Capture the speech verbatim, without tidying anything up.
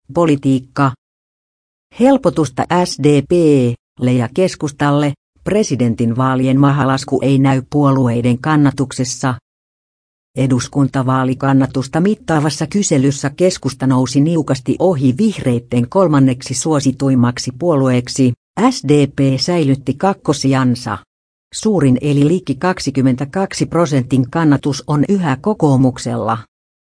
Politiikka. Helpotusta S D P:lle ja keskustalle, presidentinvaalien mahalasku ei näy puolueiden kannatuksessa. Eduskuntavaalikannatusta mittaavassa kyselyssä keskusta nousi niukasti ohi vihreitten kolmanneksi suosituimmaksi puolueeksi, S D P säilytti kakkosijansa. Suurin eli liki kaksikymmentäkaksi prosentin kannatus on yhä kokoomuksella.